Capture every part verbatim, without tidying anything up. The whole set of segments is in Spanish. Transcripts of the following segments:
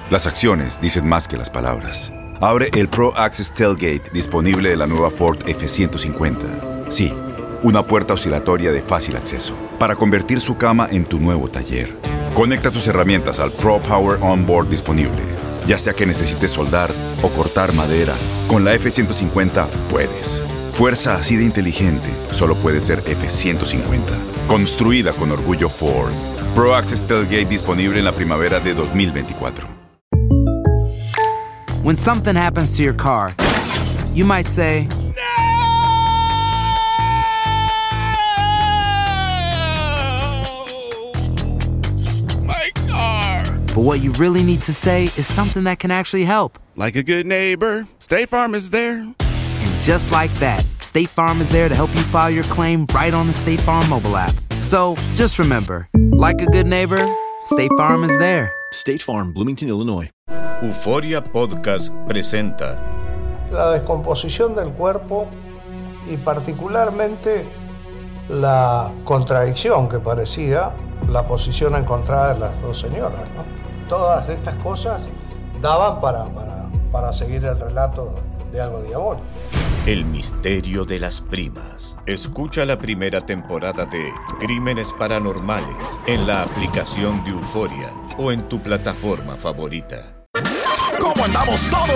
Las acciones dicen más que las palabras. Abre el Pro Access Tailgate disponible de la nueva Ford F ciento cincuenta. Sí, una puerta oscilatoria de fácil acceso para convertir su cama en tu nuevo taller. Conecta tus herramientas al Pro Power Onboard disponible. Ya sea que necesites soldar o cortar madera, con la F ciento cincuenta puedes. Fuerza así de inteligente solo puede ser F ciento cincuenta. Construida con orgullo Ford. Pro Access Tailgate disponible en la primavera de dos mil veinticuatro. When something happens to your car, you might say, My car! but what you really need to say is something that can actually help. Like a good neighbor, State Farm is there. And just like that, State Farm is there to help you file your claim right on the State Farm mobile app. So just remember, like a good neighbor, State Farm is there. State Farm, Bloomington, Illinois. Euforia Podcast presenta la descomposición del cuerpo y particularmente la contradicción que parecía la posición encontrada de las dos señoras, ¿no? Todas estas cosas daban para, para, para seguir el relato de algo diabólico. El misterio de las primas. Escucha la primera temporada de Crímenes Paranormales en la aplicación de Euforia o en tu plataforma favorita. ¿Cómo andamos todos?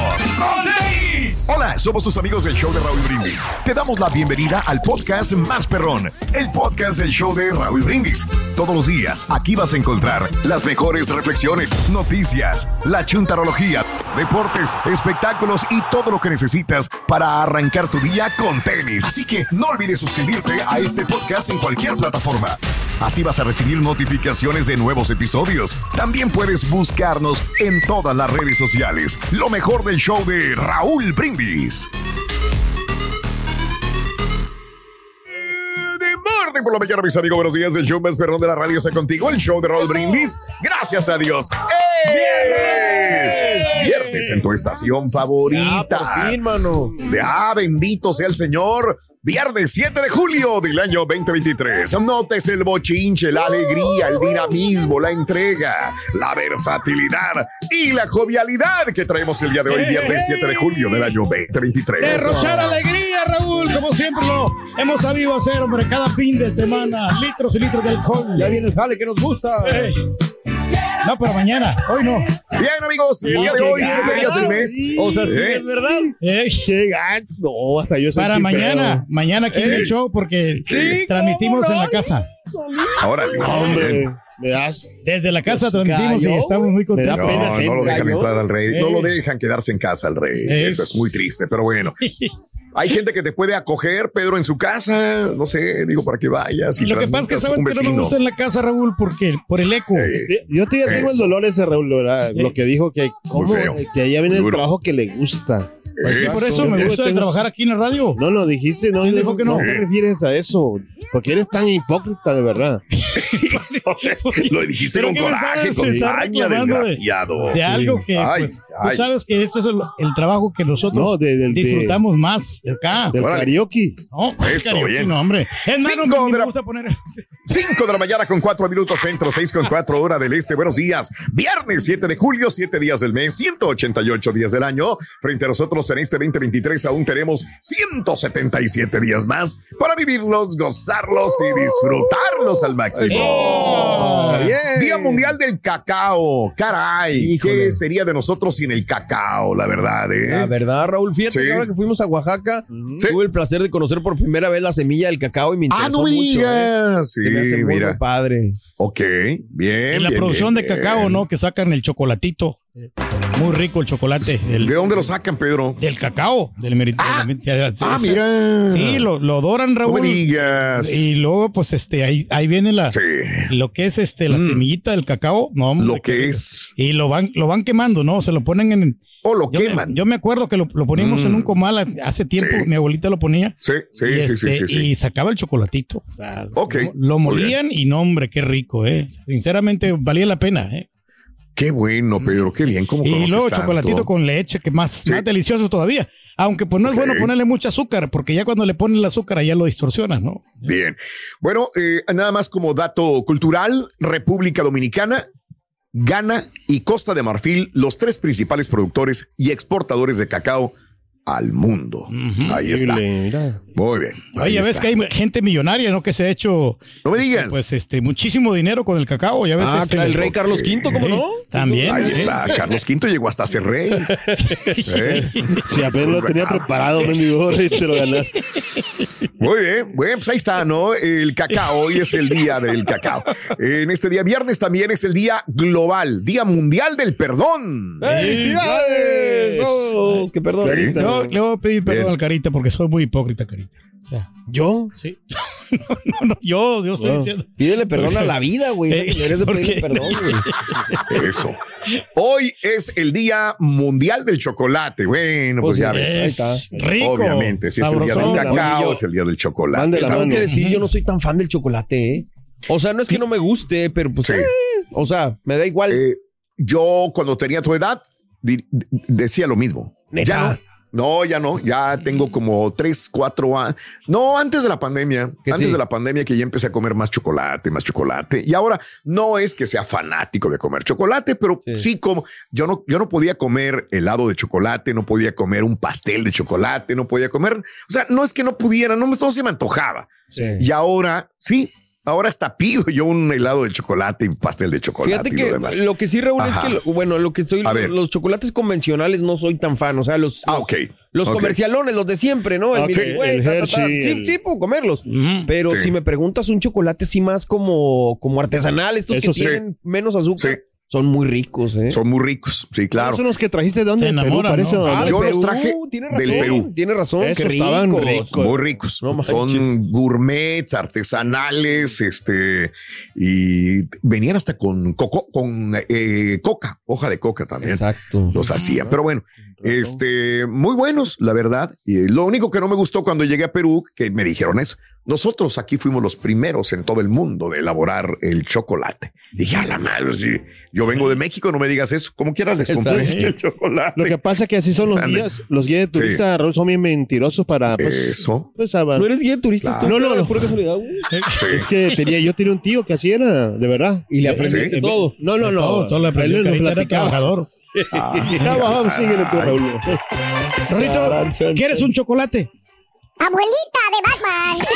Hola, somos tus amigos del show de Raúl Brindis. Te damos la bienvenida al podcast más perrón, el podcast del show de Raúl Brindis. Todos los días aquí vas a encontrar las mejores reflexiones, noticias, la chuntarología, deportes, espectáculos y todo lo que necesitas para arrancar tu día con tenis. Así que no olvides suscribirte a este podcast en cualquier plataforma. Así vas a recibir notificaciones de nuevos episodios. También puedes buscarnos en todas las redes sociales. Lo mejor del show de Raúl Brindis. De martes por la mañana, mis amigos, buenos días. El show más perrón de la radio está contigo. El show de Raúl Brindis. Gracias a Dios. ¡Viernes! Viernes en tu estación favorita. Ya, por fin, mano. De, ah, bendito sea el Señor. Viernes siete de julio del año veinte veintitrés. Notes el bochinche, la alegría, el dinamismo, la entrega, la versatilidad y la jovialidad que traemos el día de hoy, viernes siete de julio del año veinte veintitrés. Derrochar alegría, Raúl, como siempre lo hemos sabido hacer, hombre, cada fin de semana. Litros y litros de alcohol. Ya viene el jale que nos gusta. Hey. No, pero mañana, hoy no. Bien, amigos, el día de hoy, siete días del mes. O sea, sí, ¿Eh? es verdad. Eh, qué gacho. No, hasta yo Para mañana, feo. mañana aquí en el show, porque sí, transmitimos en la casa. Ahora, hombre. ¿Me das? Desde la casa transmitimos y estamos muy contentos. No, no lo dejan entrar al rey. No lo dejan quedarse en casa al rey. Es. Eso es muy triste, pero bueno. Hay gente que te puede acoger, Pedro, en su casa. No sé, digo, para que vayas. Y lo que pasa es que sabes que no me gusta en la casa, Raúl, porque por el eco. Eh, yo te, ya tengo el dolor ese, Raúl, ¿verdad? Lo que dijo que, ¿cómo? Que allá viene el trabajo que le gusta. Pues por eso me gusta tengo... trabajar aquí en la radio. No, lo dijiste, no, dijo no, que no. no te refieres a eso, porque eres tan hipócrita, de verdad. Lo dijiste con coraje, con saña, desgraciado. De, de algo que, ay, pues, ay. tú sabes que eso es el, el trabajo que nosotros no, de, de, disfrutamos de, más de acá. Del karaoke. No, eso, karaoke, bien. No, hombre. Es más, no, me, me gusta poner... cinco de la mañana con cuatro minutos centro, seis con cuatro hora del este. Buenos días. Viernes siete de julio, siete días del mes, ciento ochenta y ocho días del año. Frente a nosotros en este veinte veintitrés aún tenemos ciento setenta y siete días más para vivirlos, gozarlos y disfrutarlos al máximo. Oh, Día Mundial del Cacao. Caray, Híjole. ¿Qué sería de nosotros sin el cacao? La verdad, ¿eh? La verdad, Raúl, fíjate sí. que ahora que fuimos a Oaxaca, uh-huh. sí. tuve el placer de conocer por primera vez la semilla del cacao y me interesó ah, no mucho. Digas. ¿eh? Sí, me hace muy, mira. muy padre. Ok, bien. Y la bien, producción bien, de cacao, bien. ¿no? Que sacan el chocolatito. Muy rico el chocolate. Del, ¿De dónde lo sacan, Pedro? Del cacao, del merito. Ah, ah mira. Sí, lo, lo doran, Raúl. No me digas. Y luego, pues, este, ahí, ahí viene la, sí. lo que es este, la mm. semillita del cacao. No, hombre, lo que es. Y lo van, lo van quemando, ¿no? Se lo ponen en. O oh, lo yo queman. Me, yo me acuerdo que lo, lo poníamos mm. en un comal hace tiempo. Sí. Mi abuelita lo ponía. Sí, sí, y sí, este, sí, sí, sí. Y sacaba el chocolatito. O sea, okay. Lo, lo molían y no, hombre, qué rico, ¿eh? Sinceramente, valía la pena, ¿eh? Qué bueno, Pedro, qué bien. ¿Cómo y luego tanto? Chocolatito con leche, que más, sí. más delicioso todavía. Aunque pues no okay. es bueno ponerle mucho azúcar, porque ya cuando le ponen el azúcar ya lo distorsionas, ¿no? Bien. Bueno, eh, nada más como dato cultural, República Dominicana, Ghana y Costa de Marfil, los tres principales productores y exportadores de cacao al mundo. Uh-huh. Ahí está. Mira. Muy bien. Oye, ya ves que hay gente millonaria, ¿no? Que se ha hecho. No me digas. Pues este, muchísimo dinero con el cacao. Ya ves. Ah, este, claro, el rey Carlos Quinto, ¿cómo no? También. Ahí está. Carlos Quinto llegó hasta ser rey. ¿Eh? Si apenas lo tenía preparado, mendigo, y te lo ganaste. Muy bien. Bueno, pues ahí está, ¿no? El cacao. Hoy es el día del cacao. En este día viernes también es el día global, Día Mundial del Perdón. ¡Felicidades! Todos, que perdón. Sí. No, le voy a pedir perdón bien al Carita porque soy muy hipócrita, Carita. O sea, ¿yo? Sí. no, no, no, yo, yo estoy no. diciendo. Pídele perdón porque, a la vida, güey. Eh, Deberías de pedirle perdón, güey. Eso. Hoy es el Día Mundial del Chocolate. Bueno, pues, pues ya ves. Ahí está. Rico. Obviamente, si es el día del cacao, es el día del chocolate. Tengo que decir, yo no soy tan fan del chocolate, ¿eh? O sea, no es que no me guste, pero pues, sí. eh, o sea, me da igual. Eh, yo cuando tenía tu edad di- decía lo mismo. ¿Neta? Ya no. No, ya no, ya tengo como tres, cuatro años. No, antes de la pandemia, antes sí? de la pandemia que ya empecé a comer más chocolate, más chocolate. Y ahora no es que sea fanático de comer chocolate, pero sí, sí como yo no, yo no podía comer helado de chocolate, no podía comer un pastel de chocolate, no podía comer. O sea, no es que no pudiera, no, no se me antojaba. Sí. Y ahora sí. Ahora hasta pido yo un helado de chocolate y pastel de chocolate. Fíjate que lo, lo que sí, Raúl, Ajá. es que, bueno, lo que soy, los, los chocolates convencionales no soy tan fan. O sea, los, ah, los, okay. los okay. comercialones, los de siempre, ¿no? El, ah, sí. güey, el ta, ta, ta. Hershey, Sí, el... sí, puedo comerlos. Mm-hmm. Pero sí. si me preguntas un chocolate así más como, como artesanal, estos Eso que sí. tienen menos azúcar. Sí. Son muy ricos, ¿eh? Son muy ricos, sí, claro. ¿Son los que trajiste de dónde? Enamora, Perú, ¿no? Ah, yo Perú, los traje del Perú. Tiene razón, Esos qué ricos. estaban ricos. Muy ricos. No Son gourmets, artesanales, este, y venían hasta con coco, con eh, coca, hoja de coca también. Exacto. Los hacían, pero bueno. Este, muy buenos, la verdad. Y lo único que no me gustó cuando llegué a Perú, que me dijeron eso, nosotros aquí fuimos los primeros en todo el mundo de elaborar el chocolate. Dije, a la madre, si yo vengo de México, no me digas eso. Como quieras les compré el chocolate. Lo que pasa es que así son los guías, los guías de turista, sí. son bien mentirosos para, pues, eso. Pues, ¿no eres guía de turista? Claro. No, no, no. Pura casualidad, sí. Es que tenía, yo tenía un tío que así era, de verdad. Y le aprendiste sí. todo. No, no, no. Todo, solo aprendió que era trabajador. Ah, no, vamos, síguele tú, Raúl. Rorrito, ¿quieres un chocolate? Abuelita de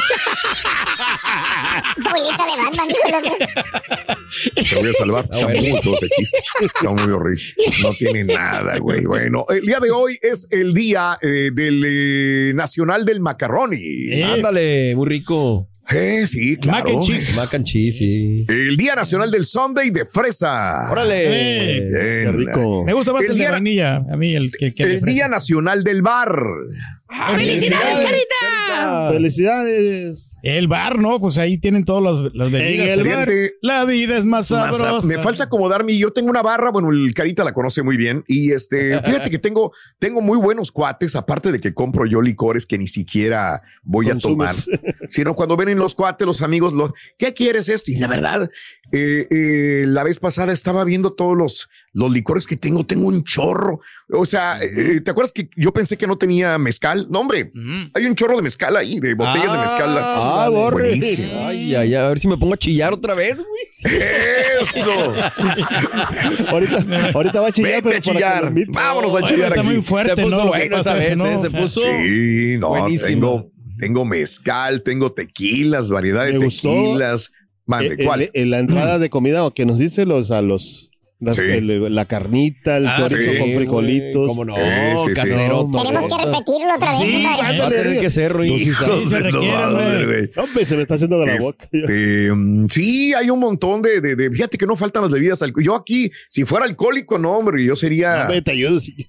Batman. Abuelita de Batman. Te voy a salvar. Está muy todo ese chiste. Está muy horrible. No tiene nada, güey. Bueno, el día de hoy es el día eh, del eh, Nacional del Macaroni. Eh. Ándale, muy rico. Eh, sí, claro. Mac and cheese. Mac and cheese, sí. El Día Nacional del Sundae de fresa. ¡Órale! Eh, Qué rico. Me gusta más el, el día, de vainilla. A mí el que, que El Día Nacional del Bar. ¡Ah, ¡Felicidades, Carita! ¡Felicidades! El bar, ¿no? Pues ahí tienen todas las bebidas. El bar. La vida es más sabrosa. Me falta acomodarme. Yo tengo una barra, bueno, el Carita la conoce muy bien. Y este, fíjate que tengo, tengo muy buenos cuates, aparte de que compro yo licores que ni siquiera voy Consumes. a tomar. Sino cuando ven los cuates, los amigos, los, ¿qué quieres esto? Y la verdad, eh, eh, la vez pasada estaba viendo todos los, los licores que tengo. Tengo un chorro. O sea, eh, ¿te acuerdas que yo pensé que no tenía mezcal? No, hombre, mm. hay un chorro de mezcal ahí, de botellas ah, de mezcal. Ah, borre. Buenísimo. Ay, ay, a ver si me pongo a chillar otra vez, güey. Eso. ahorita, ahorita va a chillar, Vete pero a chillar. Vámonos a chillar aquí. Está muy fuerte, se puso ¿no? bueno esa vez, ¿no? ¿eh? Se puso. Sí, no, buenísimo. tengo, tengo mezcal, tengo tequilas, variedad de me tequilas. Mande, eh, ¿cuál? En la entrada de comida que nos dice los a los Las, sí. el, la carnita, el ah, chorizo sí, con frijolitos. Cómo no, sí, sí, casero. Sí. Tenemos que repetirlo otra vez. Sí, ándale, que ser, Ruiz. Sí, sí, se requiere, Hombre, se me está haciendo de la este, boca. Sí, hay un montón de, de, de, fíjate que no faltan las bebidas alcohólicas. Yo aquí, si fuera alcohólico, no, hombre, yo sería. No, te ayudo, sí.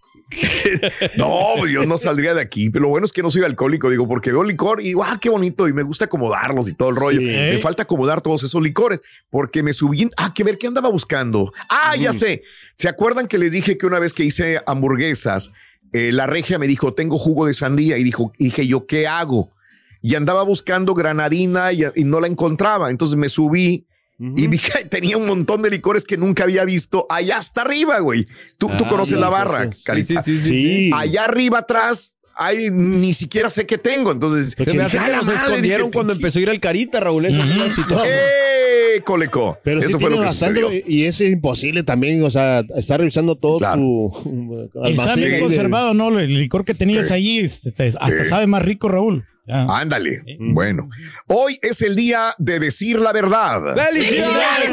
No, yo no saldría de aquí, pero lo bueno es que no soy alcohólico, digo, porque veo licor y ¡ah, qué bonito! Y me gusta acomodarlos y todo el rollo. Sí. Me falta acomodar todos esos licores porque me subí. Ah, que ver qué andaba buscando. Ah, mm. ya sé. ¿Se acuerdan que les dije que una vez que hice hamburguesas, eh, la regia me dijo, tengo jugo de sandía? Y dijo, y dije yo, ¿qué hago? Y andaba buscando granadina y, y no la encontraba. Entonces me subí. Uh-huh. Y vi que tenía un montón de licores que nunca había visto allá hasta arriba, güey. Tú, ah, tú conoces la barra, entonces, Carita. Sí, sí, sí, sí. Allá arriba atrás, ay, ni siquiera sé qué tengo. Entonces, me hace que nos escondieron dije, cuando empezó a ir al Carita, Raúl. Uh-huh. Coleco. Pero eso sí fue lo tiene que bastante, sucedió. y eso es imposible también, o sea, estar revisando todo Claro. tu Está bien de- conservado, ¿no? El licor que tenías Sí. allí este, hasta Sí. sabe más rico, Raúl. Ya. Ándale. Bueno, hoy es el día de decir la verdad. ¡Felicidades,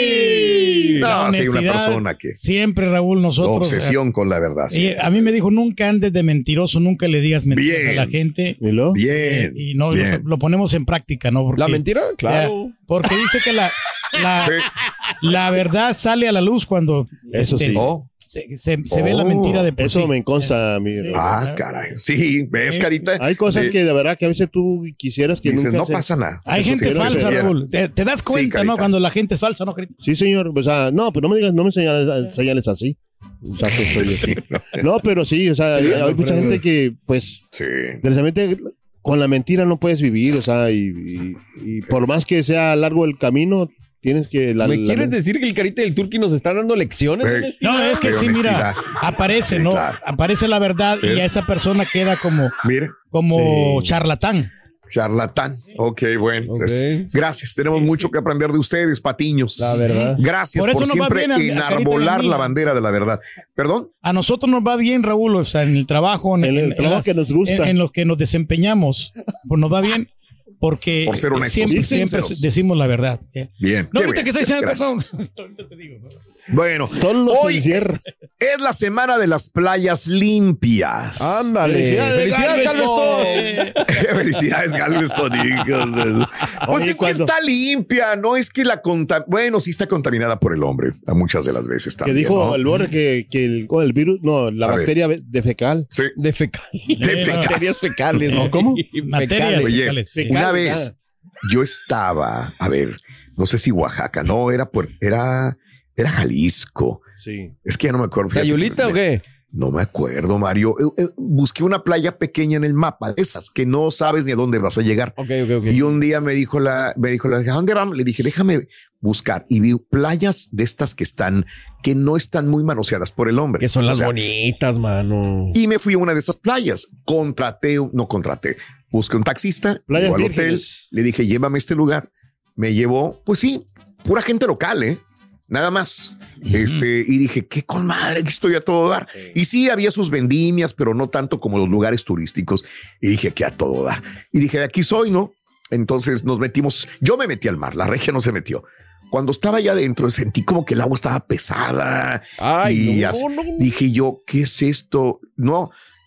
Turki! La No, sí, una honestidad, persona que siempre, Raúl, nosotros. obsesión con la verdad. sí. Y a mí me dijo, nunca andes de mentiroso, nunca le digas mentiras Bien. a la gente. ¿Y lo? Bien. Y no, bien. lo, lo ponemos en práctica, ¿no? Porque, ¿La mentira? Claro. ya, porque dice que la, la, Sí. la verdad sale a la luz cuando Eso sí. Oh. se, se- se ve la Oh. mentira de por Eso sí. me consta a mí. Sí. Ah, caray. Sí, ¿ves, Sí. Carita? Hay cosas De- que de verdad que a veces tú quisieras que dices, nunca no se- pasa nada. Hay Eso gente que no se falsa, viera. Raúl. Te, te das Sí, cuenta, Carita. ¿no? Cuando la gente es falsa, ¿no, Carita? Sí, señor. O sea, no, pero no me digas, no me señales, señales así. O sea, que estoy- no, pero sí, o sea, hay, hay mucha gente que, pues, Sí. precisamente con la mentira no puedes vivir, o sea, y, y- y por más que sea largo el camino, tienes que... La, ¿Me la- quieres decir que el Carita del Turqui nos está dando lecciones? Ey. de honestidad? No, es que De sí, mira, honestidad. aparece, Sí, ¿no? claro. Aparece la verdad y Sí. a esa persona queda como, Mire, como Sí. charlatán. charlatán. Ok, bueno. Ok. pues, gracias. Tenemos mucho que aprender de ustedes, patiños. La verdad. Gracias Por por, eso nos va siempre bien a- a Carita y a enarbolar mí. la bandera de la verdad. ¿Perdón? A nosotros nos va bien, Raúl, o sea, en el trabajo, en, En el en- en trabajo las- que nos gusta. en, en lo que nos desempeñamos, pues nos va bien porque Por ser honestos siempre, y siempre sinceros. decimos la verdad. ¿eh? Bien. No, qué ahorita que bien. estoy diciendo, Gracias. no, ahorita te digo, ¿no? Bueno, Son los hoy del cierre. es la semana de las playas limpias. Ándale. Felicidades, Felicidades, Galveston. Galveston. Felicidades, Galveston, hijos de- Pues Oye, es cuando- que está limpia, no es que la conta... Bueno, sí está contaminada por el hombre, a muchas de las veces Que también. dijo ¿no? el Borre que, que el, con el virus, no, la A ver. bacteria de fecal. Sí. De fecal. De fecal. Bacterias fecales, ¿no? ¿Cómo? Materias Oye, fecales, sí. una Fecal, vez yo estaba, a ver, no sé si Oaxaca, no, era Puer- era, era Jalisco. Sí. Es que ya no me acuerdo. fíjate. ¿Sayulita o qué? No me acuerdo, Mario. Eh, eh, busqué una playa pequeña en el mapa, de esas que no sabes ni a dónde vas a llegar. Ok, ok, ok. Y un día me dijo la, me dijo la, ¿a dónde vamos? Le dije, déjame buscar. Y vi playas de estas que están, que no están muy manoseadas por el hombre. Que son las O sea, bonitas, mano. y me fui a una de esas playas. Contraté, no contraté. Busqué un taxista, Playas llegó al hotel, vírgenes. le dije, llévame a este lugar. Me llevó, pues sí, pura gente local, ¿eh? Nada más. Este, y dije, qué con madre que estoy a todo dar. Y sí, había sus vendimias, pero no tanto como los lugares turísticos. Y dije, que a todo dar. Y dije, de aquí soy, ¿no? Entonces nos metimos, yo me metí al mar, la regia no se metió. Cuando estaba allá adentro, sentí como que el agua estaba pesada. Ay, y no, así- no. dije yo, ¿qué es esto? No,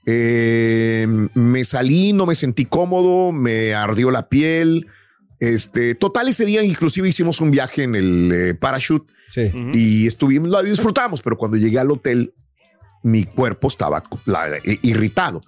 eh, me salí, no me sentí cómodo, me ardió la piel. Este, total, ese día inclusive hicimos un viaje en el eh, parachute Sí. y estuvimos, lo disfrutamos, pero cuando llegué al hotel, mi cuerpo estaba la- eh, irritado.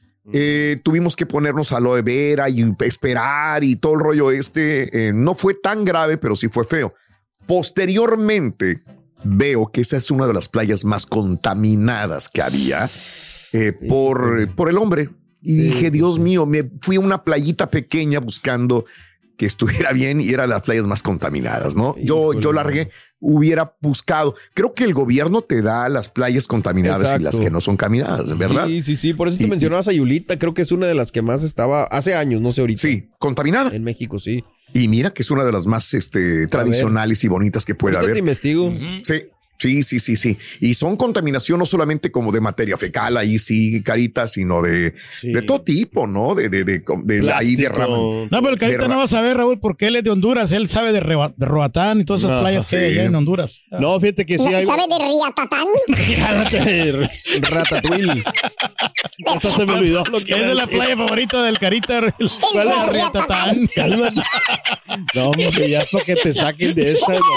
Eh, tuvimos que ponernos aloe vera y esperar y todo el rollo este. Eh, no fue tan grave, pero sí fue feo. Posteriormente, veo que esa es una de las playas más contaminadas que había eh, por, por el hombre. Y Sí, dije, sí, Dios sí. mío, me fui a una playita pequeña buscando que estuviera bien y eran las playas más contaminadas, ¿no? Yo, Híjole. yo largué, hubiera buscado. Creo que el gobierno te da las playas contaminadas y Exacto. las que no son contaminadas, ¿verdad? Sí, sí, sí. Por eso te Y- mencionabas a Yulita. Creo que es una de las que más estaba hace años, no sé ahorita. Sí, contaminada. En México, sí. Y mira que es una de las más este, tradicionales y bonitas que puede Ahorita te haber. investigo. Sí, sí, sí, sí, sí. Y son contaminación no solamente como de materia fecal, ahí sí, Carita, sino de, Sí. de todo tipo, ¿no? De, de, de, de, de ahí Plástico. derraman. No, pero el Carita Derra- no va a saber, Raúl, porque él es de Honduras. Él sabe de, Reba- de Roatán y todas esas No, playas que hay sí. allá en Honduras. No, fíjate que sí hay. ¿Sabe de Riatatán? Ratatouille. Hasta se me olvidó lo que Es iba a de la decir. playa favorita del Carita. El, ¿Cuál es? Riatatán. Cálmate. No, hombre, ya para que te saquen de esa, no.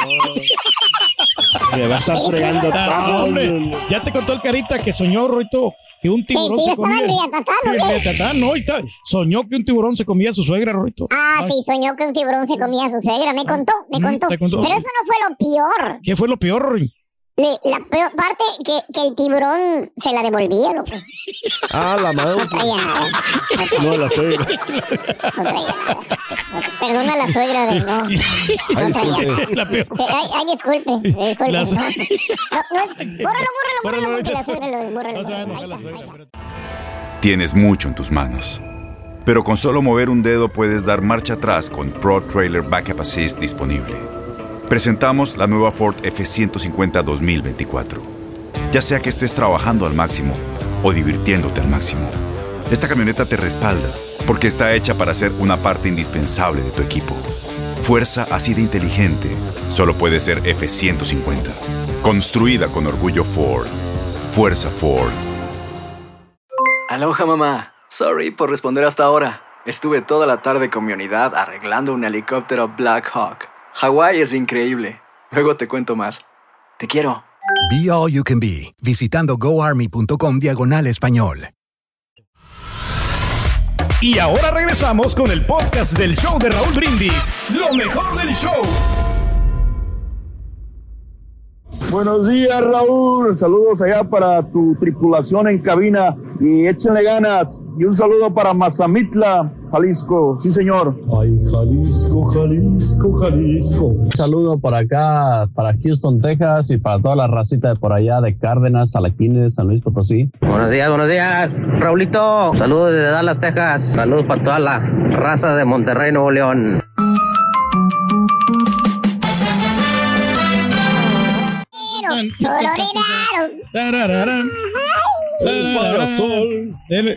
Me va a estar fregando Ah, todo. hombre, ya te contó el Carita que soñó, Roito, que un tiburón sí, se estaba comía. en Riatatán, Sí, ¿o qué? Riatatán, no, y ta- soñó que un tiburón se comía a su suegra, Roito. Ah, sí, soñó que un tiburón se comía a su suegra. Me contó, me Mm, contó. te contó. Pero eso no fue lo peor. ¿Qué fue lo peor, Roy? Le- la peor parte, que, que el tiburón se la devolvía, loco. Ah, la No madre. traía nada. No traía, No, la suegra. no traía nada. No- Perdona a la suegra, de- no. No traía. La peor. Eh, Ay, ay, disculpe, disculpe. La No, su- no, no es, bórralo, bórralo, Bórralo bórralo, porque ahorita. la suegra lo bórralo. No se va a bórralo. enojar la Ahí suegra, está, ahí está. pero- Tienes mucho en tus manos. Pero con solo mover un dedo puedes dar marcha atrás con Pro Trailer Backup Assist disponible. Presentamos la nueva Ford F ciento cincuenta dos mil veinticuatro. Ya sea que estés trabajando al máximo o divirtiéndote al máximo, esta camioneta te respalda porque está hecha para ser una parte indispensable de tu equipo. Fuerza así de inteligente solo puede ser F ciento cincuenta. Construida con orgullo Ford. Fuerza Ford. Aloha, mamá. Sorry por responder hasta ahora. Estuve toda la tarde con mi unidad arreglando un helicóptero Black Hawk. Hawái es increíble. Luego te cuento más. Te quiero. Be All You Can Be, visitando goarmy.com diagonal español. Y ahora regresamos con el podcast del show de Raúl Brindis. Lo mejor del show. Buenos días, Raúl. Saludos allá para tu tripulación en cabina y échenle ganas. Y un saludo para Mazamitla, Jalisco. Sí, señor. Ay, Jalisco, Jalisco, Jalisco. Un saludo por acá, para Houston, Texas y para toda la racita de por allá de Cárdenas, Salaquines, San Luis Potosí. Buenos días, buenos días, Raulito. Saludos desde Dallas, Texas. Saludos para toda la raza de Monterrey, Nuevo León. El parasol. El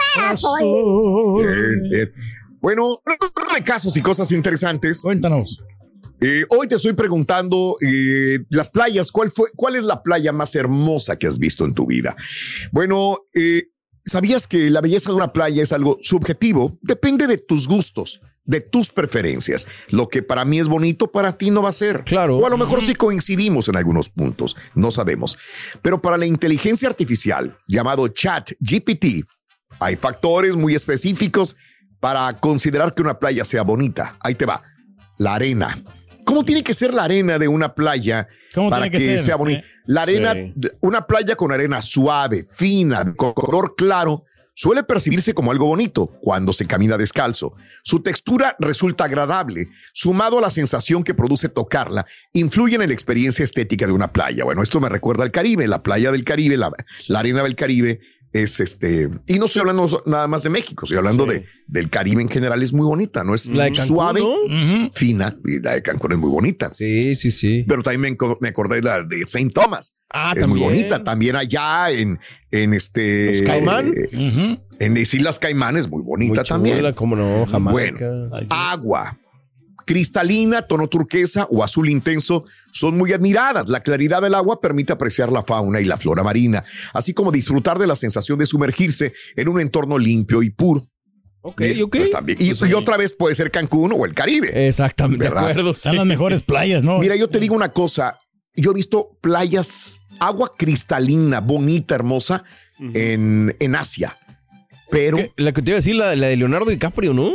parasol. Bien, bien. Bueno, de casos y cosas interesantes. Cuéntanos. Eh, hoy te estoy preguntando eh, las playas. ¿Cuál fue, cuál es la playa más hermosa que has visto en tu vida? Bueno, eh, ¿sabías que la belleza de una playa es algo subjetivo? Depende de tus gustos, de tus preferencias. Lo que para mí es bonito, para ti no va a ser. Claro. O a lo mejor sí coincidimos en algunos puntos, no sabemos. Pero para la inteligencia artificial, llamado ChatGPT, hay factores muy específicos para considerar que una playa sea bonita. Ahí te va. La arena. ¿Cómo tiene que ser la arena de una playa para que, que sea bonita? La arena, sí. Una playa con arena suave, fina, con color claro, suele percibirse como algo bonito cuando se camina descalzo. Su textura resulta agradable, sumado a la sensación que produce tocarla, influye en la experiencia estética de una playa. Bueno, esto me recuerda al Caribe, la playa del Caribe, la, la arena del Caribe es este, y no estoy hablando nada más de México, estoy hablando sí. de, del Caribe en general, es muy bonita, ¿no? Es la de Cancún, suave, ¿no? Uh-huh. fina, y la de Cancún es muy bonita. Sí, sí, sí. Pero también me, me acordé de la de Saint Thomas. Ah, es también. muy bonita. También allá en, en este. ¿Los Caimán? Eh, uh-huh. En las Islas Caimán es muy bonita muy chula, también. Cómo no, Jamaica. Bueno, Ay, agua. Cristalina, tono turquesa o azul intenso son muy admiradas. La claridad del agua permite apreciar la fauna y la flora marina, así como disfrutar de la sensación de sumergirse en un entorno limpio y puro. Ok, Bien, ok. Pues también. Y, pues, y otra vez puede ser Cancún o el Caribe. Exactamente, ¿verdad? De acuerdo. Están sí. las mejores playas, ¿no? Mira, yo te digo una cosa. Yo he visto playas, agua cristalina, bonita, hermosa, uh-huh. en, en Asia. Pero... ¿Qué? La que te iba a decir, la, la de Leonardo DiCaprio, ¿no?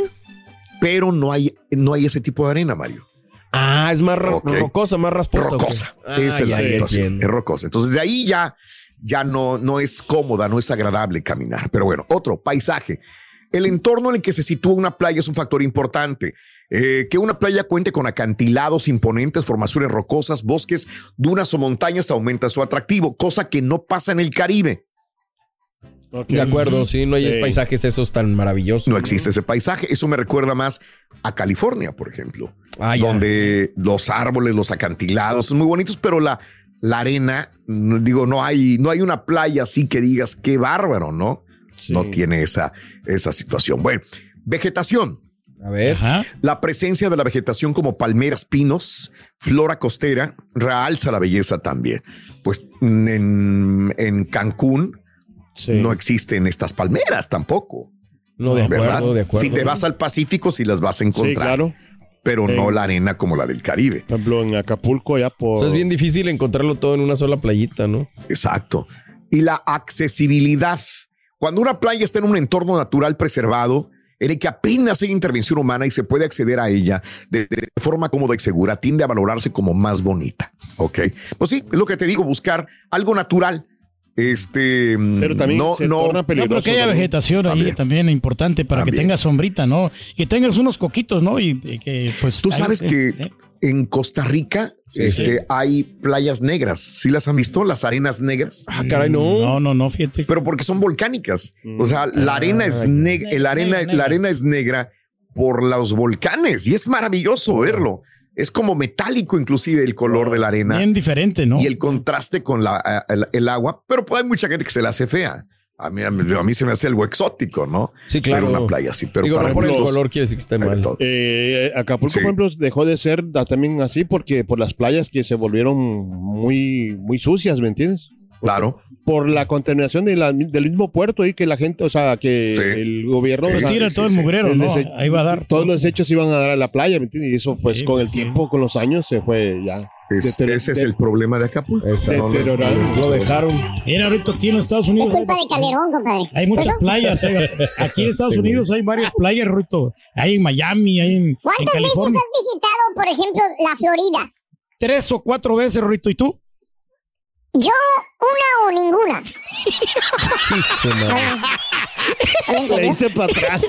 Pero no hay, no hay ese tipo de arena, Mario. Ah, es más ro- okay. rocosa, más rasposa. Rocosa. Okay. Esa ah, es ya, la situación. Ya es rocosa. Entonces, de ahí ya, ya no, no es cómoda, no es agradable caminar. Pero bueno, otro, paisaje. El entorno en el que se sitúa una playa es un factor importante. Eh, que una playa cuente con acantilados imponentes, formaciones rocosas, bosques, dunas o montañas aumenta su atractivo, cosa que no pasa en el Caribe. Okay. De acuerdo, sí, no hay sí. paisajes esos tan maravillosos. No existe ese paisaje. Eso me recuerda más a California, por ejemplo, ah, donde los árboles, los acantilados son muy bonitos, pero la, la arena, digo, no hay, no hay una playa así que digas qué bárbaro, ¿no? Sí. No tiene esa, esa situación. Bueno, vegetación. A ver. Ajá. La presencia de la vegetación como palmeras, pinos, flora costera, realza la belleza también. Pues en, en Cancún sí. no existen estas palmeras tampoco. No, de acuerdo, ¿verdad? de acuerdo. Si te vas al Pacífico, sí las vas a encontrar. Sí, claro. Pero sí. no la arena como la del Caribe. Por ejemplo, en Acapulco ya por... O sea, es bien difícil encontrarlo todo en una sola playita, ¿no? Exacto. Y la accesibilidad. Cuando una playa está en un entorno natural preservado, en el que apenas hay intervención humana y se puede acceder a ella de, de forma cómoda y segura, tiende a valorarse como más bonita. ¿Ok? Pues sí, es lo que te digo, buscar algo natural. Este, pero también no, se no, torna peligroso. No, pero que haya también. vegetación ahí también, también es importante para también. que tenga sombrita, ¿no? Y tengas unos coquitos, ¿no? Y, y que pues... Tú sabes hay, que eh, en Costa Rica sí, este, sí. hay playas negras. ¿Sí las han visto? Las arenas negras. Ah, caray, no. No, no, no, fíjate. Pero porque son volcánicas. O sea, la arena es negra, la arena, la arena es negra por los volcanes y es maravilloso verlo. es como metálico inclusive el color de la arena. Bien diferente, ¿no? Y el contraste con la, el, el agua, pero pues hay mucha gente que se la hace fea. A mí, a mí, a mí se me hace algo exótico, ¿no? Sí, claro. Pero una playa así, pero Digo, para no por el gustos, color quiere decir que está mal. Eh, Acapulco, Sí. por ejemplo, dejó de ser da- también así porque por las playas que se volvieron muy, muy sucias, ¿me entiendes? Claro. Por la contaminación de la- del mismo puerto y que la gente, o sea, que Sí. el gobierno... Pues o sea, tira todo el mugrero, ¿no? dese- Ahí va a dar. Todos los desechos iban a dar a la playa, ¿me entiendes? Y eso, pues, Sí, con pues, el sí. tiempo, con los años, se fue ya... Es- deter- ese es de- el problema de Acapulco. deteriorado. Lo dejaron. Mira, ahorita aquí en Estados Es Unidos culpa de Calderón, compadre. hay muchas ¿Pero? playas. hay- aquí en Estados Unidos hay varias playas, Ruito. Hay en Miami, hay en, en ¿Cuántas veces California. has visitado, por ejemplo, la Florida? Tres o cuatro veces, Ruito. ¿Y tú? Yo, una o ninguna. Le hice para atrás.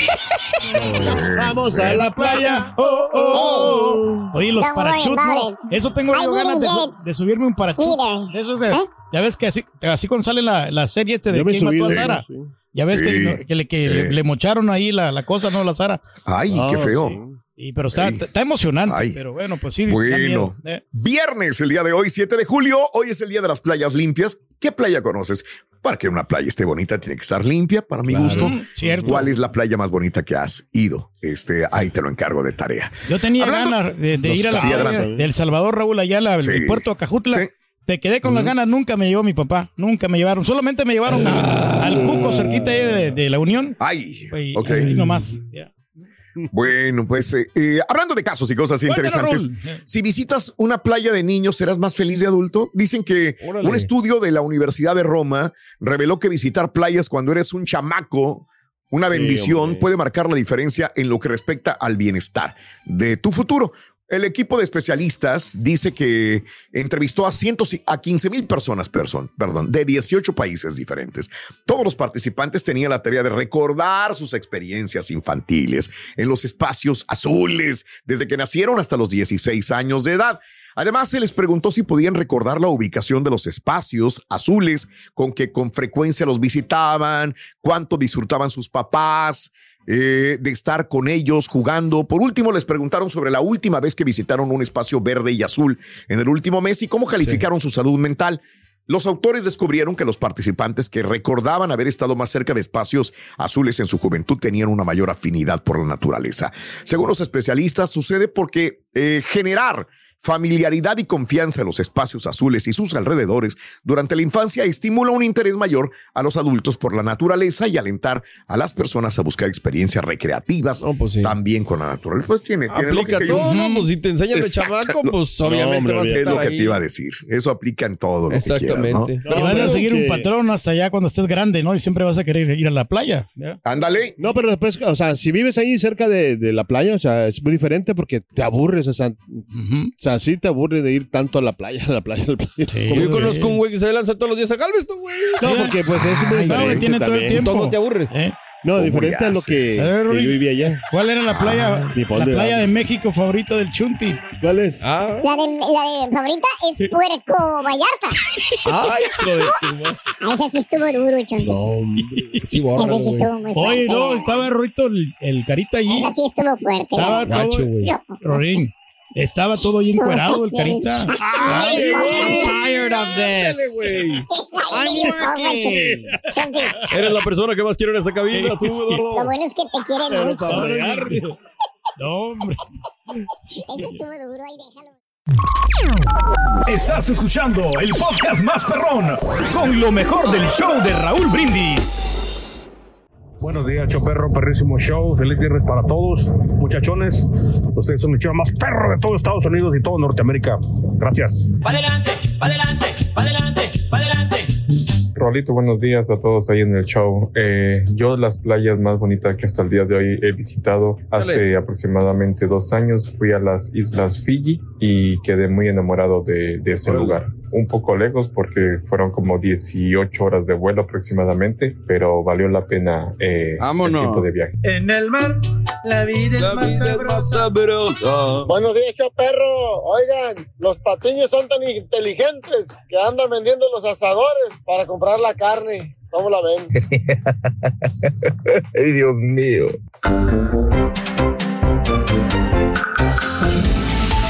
Vamos a la playa. Oh, oh, oh. Oye, los Don't worry parachutes, about ¿no? Eso tengo I yo ganas de, didn't su- get de subirme un parachute. either. De esos de- ¿Eh? Ya ves que así, así cuando sale la, la serie este de Yo me ¿Quién subí mató a de Sara? ellos, sí. Ya ves Sí. que, no- que le, que Sí. le, le mocharon ahí la, la cosa, ¿no? La Sara. Ay, Ah, qué feo. sí. Y, pero está, Ay. está emocionante. Ay. Pero bueno, pues sí. da Bueno, miedo, eh. viernes, el día de hoy, siete de julio. Hoy es el día de las playas limpias. ¿Qué playa conoces? Para que una playa esté bonita, tiene que estar limpia, para mi Claro. gusto. Mm, cierto. ¿Cuál es la playa más bonita que has ido? Este, ahí te lo encargo de tarea. Yo tenía Hablando- ganas de, de Los ir a la sí, playa adelante. de El Salvador, Raúl, allá al Sí. puerto de Acajutla. Sí. Te quedé con las ganas, nunca me llevó mi papá, nunca me llevaron. Solamente me llevaron a- al Cuco, cerquita ahí de, de la Unión. Ay, Y, ok. y nomás. Ya. Bueno, pues eh, eh, hablando de casos y cosas Cuéntalo, interesantes, Raúl. si visitas una playa de niños, ¿serás más feliz de adulto? Dicen que Órale. un estudio de la Universidad de Roma reveló que visitar playas cuando eres un chamaco, una Sí, bendición, hombre. puede marcar la diferencia en lo que respecta al bienestar de tu futuro. El equipo de especialistas dice que entrevistó a, cientos, a quince mil personas, person, perdón, de dieciocho países diferentes. Todos los participantes tenían la tarea de recordar sus experiencias infantiles en los espacios azules, desde que nacieron hasta los dieciséis años de edad. Además, se les preguntó si podían recordar la ubicación de los espacios azules con que con frecuencia los visitaban, cuánto disfrutaban sus papás, eh, de estar con ellos jugando. Por último, les preguntaron sobre la última vez que visitaron un espacio verde y azul en el último mes y cómo calificaron su salud mental. Los autores descubrieron que los participantes que recordaban haber estado más cerca de espacios azules en su juventud tenían una mayor afinidad por la naturaleza. Según los especialistas, sucede porque eh, generar familiaridad y confianza en los espacios azules y sus alrededores durante la infancia estimula un interés mayor a los adultos por la naturaleza y alentar a las personas a buscar experiencias recreativas No, pues sí. también con la naturaleza. Pues tiene, tiene Aplica lógica. Yo- todo, ¿no? Pues si te enseñas de Exacto. chamaco, pues No, obviamente hombre, vas a es estar lo que ahí. te iba a decir. Eso aplica en todo lo que Exactamente. quieras, ¿no? Y vas a pero seguir que- un patrón hasta allá cuando estés grande, ¿no? Y siempre vas a querer ir a la playa. ¿ya? Ándale. No, pero después, o sea, si vives ahí cerca de, de la playa, o sea, es muy diferente porque te aburres, o sea, o sea, sí te aburre de ir tanto a la playa, a la playa, a la playa. Sí, Yo güey. conozco un güey que se lanza todos los días a Galveston, güey. No, porque pues es muy Ay, no, diferente tiene todo el también. tiempo. Entonces no te aburres. ¿Eh? No, ¿Cómo diferente le a lo haces? que, ¿Sabes, que Rui? yo vivía allá. ¿Cuál era la playa, ni pa' la dónde playa va. de México favorita del Chunti? ¿Cuál es? Ah. La de, la de favorita es Sí. Puerco Vallarta. Ay, hijo de tu madre. Ah, esa sí estuvo duro, Chonti. No, hombre. Sí, borra, Esa sí güey. estuvo muy fuerte. Oye, no, la- estaba Ruito el, el carita allí. Esa sí estuvo fuerte. la Estaba verdad. Gacho, todo, güey. Rorín, estaba todo ahí encuerado el carita. Ay, I'm tired of Dale, this. güey. Esa es la cosa, Chonti. Chonti, Eres la persona que más quiero en esta cabina, tú, lo Eduardo. bueno es que te quieren Pero mucho. para fregar. No, hombre. Eso estuvo duro, ahí déjalo. Estás escuchando el podcast más perrón con lo mejor del show de Raúl Brindis. Buenos días, Choperro, perrísimo show. Feliz viernes para todos, muchachones. Ustedes son el show más perro de todo Estados Unidos y todo Norteamérica. Gracias. Adelante, adelante, adelante, adelante. Rolito, buenos días a todos ahí en el show. Eh, yo las playas más bonitas que hasta el día de hoy he visitado hace Dale. aproximadamente dos años fui a las Islas Fiji y quedé muy enamorado de, de ese Órale. lugar. Un poco lejos porque fueron como dieciocho horas de vuelo aproximadamente, pero valió la pena eh, Vámonos. el tiempo de viaje. En el mar, la vida es La más vida es sabrosa. más sabrosa. Buenos días, perro. Oigan, los patiños son tan inteligentes que andan vendiendo los asadores para comprar la carne. ¿Cómo la ven? Ay, Dios mío.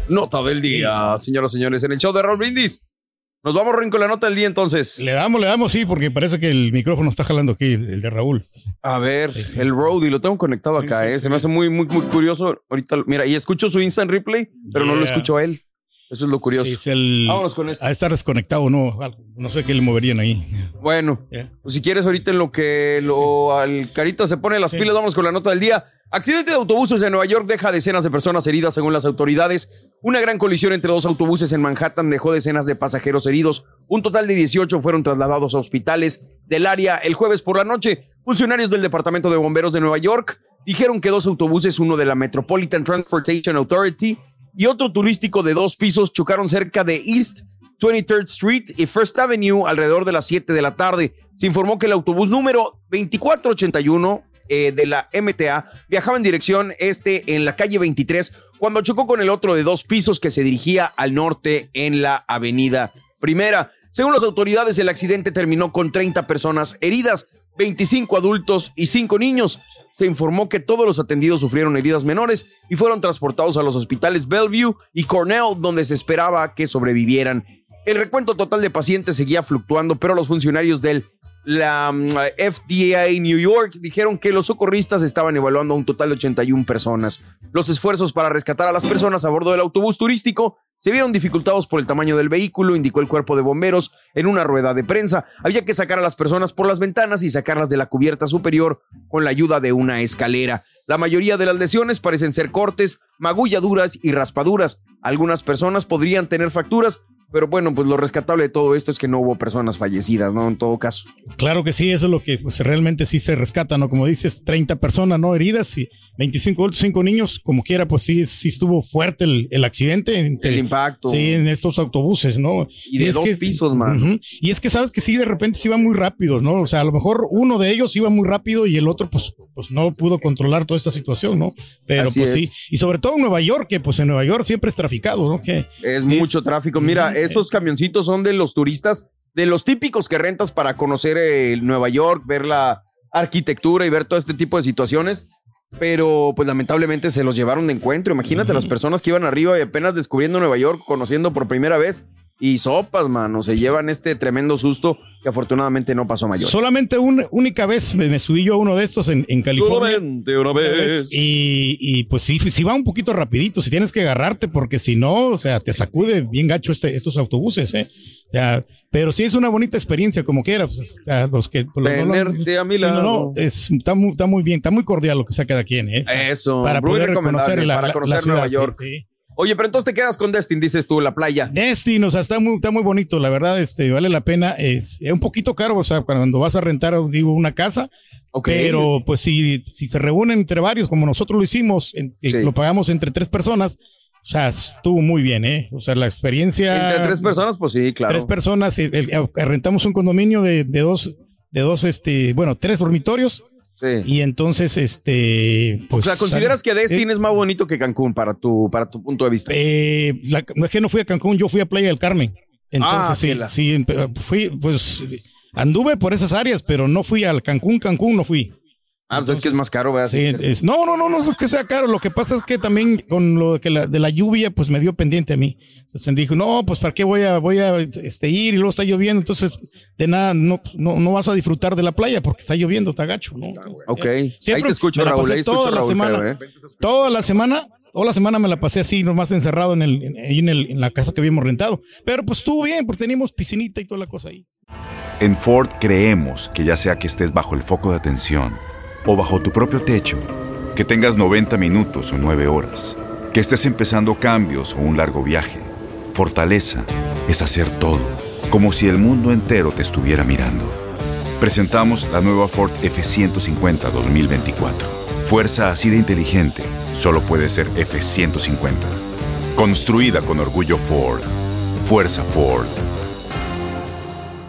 Nota del día, señoras y señores, en el show de Raúl Brindis. Nos vamos, Rin, con la nota del día, entonces. Le damos, le damos, sí, porque parece que el micrófono está jalando aquí, el de Raúl. A ver, sí, sí. El Roadie, lo tengo conectado sí, acá, sí, ¿eh? Sí. Se me hace muy, muy, muy curioso. Ahorita, mira, y escucho su instant replay, pero yeah. no lo escucho a él. Eso es lo curioso. Sí, es el... Vámonos con esto. A estar desconectado, no, no sé qué le moverían ahí. Bueno, yeah. pues si quieres, ahorita en lo que lo, sí. al Carita se pone las sí. pilas, vamos con la nota del día. Accidente de autobuses en Nueva York deja decenas de personas heridas según las autoridades. Una gran colisión entre dos autobuses en Manhattan dejó decenas de pasajeros heridos. Un total de dieciocho fueron trasladados a hospitales del área el jueves por la noche. Funcionarios del Departamento de Bomberos de Nueva York dijeron que dos autobuses, uno de la Metropolitan Transportation Authority y otro turístico de dos pisos, chocaron cerca de East twenty-third Street y First Avenue alrededor de las siete de la tarde. Se informó que el autobús número veinticuatro ochenta y uno Eh, de la M T A viajaba en dirección este en la calle veintitrés cuando chocó con el otro de dos pisos que se dirigía al norte en la avenida Primera. Según las autoridades, el accidente terminó con treinta personas heridas, veinticinco adultos y cinco niños. Se informó que todos los atendidos sufrieron heridas menores y fueron transportados a los hospitales Bellevue y Cornell, donde se esperaba que sobrevivieran. El recuento total de pacientes seguía fluctuando, pero los funcionarios del La um, F D A New York dijeron que los socorristas estaban evaluando a un total de ochenta y una personas. Los esfuerzos para rescatar a las personas a bordo del autobús turístico se vieron dificultados por el tamaño del vehículo, indicó el cuerpo de bomberos en una rueda de prensa. Había que sacar a las personas por las ventanas y sacarlas de la cubierta superior con la ayuda de una escalera. La mayoría de las lesiones parecen ser cortes, magulladuras y raspaduras. Algunas personas podrían tener fracturas, pero bueno, pues lo rescatable de todo esto es que no hubo personas fallecidas, ¿no? En todo caso. Claro que sí, eso es lo que pues, realmente sí se rescata, ¿no? Como dices, treinta personas no heridas y veinticinco adultos, cinco niños, como quiera, pues sí, sí estuvo fuerte el, el accidente. Entre, el impacto. Sí, en estos autobuses, ¿no? Y de y dos que, pisos, man. Uh-huh. Y es que sabes que sí, de repente sí iban muy rápidos, ¿no? O sea, a lo mejor uno de ellos iba muy rápido y el otro, pues, pues no pudo controlar toda esta situación, ¿no? Pero Así pues es. sí. Y sobre todo en Nueva York, que pues en Nueva York siempre es traficado, ¿no? Que es, es mucho tráfico. Mira, uh-huh. esos camioncitos son de los turistas, de los típicos que rentas para conocer eh, Nueva York, ver la arquitectura y ver todo este tipo de situaciones, pero pues lamentablemente se los llevaron de encuentro. Imagínate uh-huh. las personas que iban arriba y apenas descubriendo Nueva York, conociendo por primera vez, y sopas, mano, se llevan este tremendo susto que afortunadamente no pasó mayor. Solamente una única vez me, me subí yo a uno de estos en, en California. Solamente una vez. Y, y pues sí, sí va un poquito rapidito, si tienes que agarrarte, porque si no, o sea, te sacude bien gacho este, estos autobuses, ¿eh? Ya, pero sí es una bonita experiencia, como quieras. Pues, o sea, los que pues, tenerte a mi lado. No, no, es, está, muy, está muy bien, está muy cordial lo que saca de aquí, ¿eh? Eso, para poder reconocer la, para conocer la ciudad, Nueva York. Sí, sí. Oye, pero entonces te quedas con Destin, dices tú, la playa. Destin, o sea, está muy, está muy bonito, la verdad, este, vale la pena. Es, es un poquito caro, o sea, cuando vas a rentar, digo, una casa. Okay. Pero, pues, si, si se reúnen entre varios, como nosotros lo hicimos, en, sí. lo pagamos entre tres personas, o sea, estuvo muy bien, ¿eh? O sea, la experiencia. Entre tres personas, pues sí, claro. Tres personas, el, el, el, rentamos un condominio de, de dos, de dos, este, bueno, tres dormitorios. Sí. Y entonces, este, pues. O sea, ¿consideras que Destin eh, es más bonito que Cancún para tu, para tu punto de vista? Eh, la, no es que no fui a Cancún, yo fui a Playa del Carmen. Entonces, ah, sí, la... sí, fui, pues, anduve por esas áreas, pero no fui al Cancún, Cancún no fui. Ah, entonces es que es más caro, ¿verdad? Sí, es, no, no, no, no es que sea caro. Lo que pasa es que también con lo que la, de la lluvia, pues me dio pendiente a mí. Entonces dijo, no, pues para qué voy a, voy a este, ir y luego está lloviendo. Entonces, de nada, no, no, no vas a disfrutar de la playa porque está lloviendo, está gacho, ¿no? Ok. Siempre ahí te escucho, me Raúl. La pasé toda la Raúl, semana, creo, ¿eh? toda la semana, toda la semana me la pasé así, nomás encerrado en el, en, ahí en, el, en la casa que habíamos rentado. Pero pues estuvo bien, porque teníamos piscinita y toda la cosa ahí. En Ford creemos que ya sea que estés bajo el foco de atención o bajo tu propio techo, que tengas noventa minutos o nueve horas, que estés empezando cambios o un largo viaje, fortaleza es hacer todo, como si el mundo entero te estuviera mirando. Presentamos la nueva Ford F ciento cincuenta dos mil veinticuatro. Fuerza así de inteligente solo puede ser F ciento cincuenta. Construida con orgullo Ford. Fuerza Ford.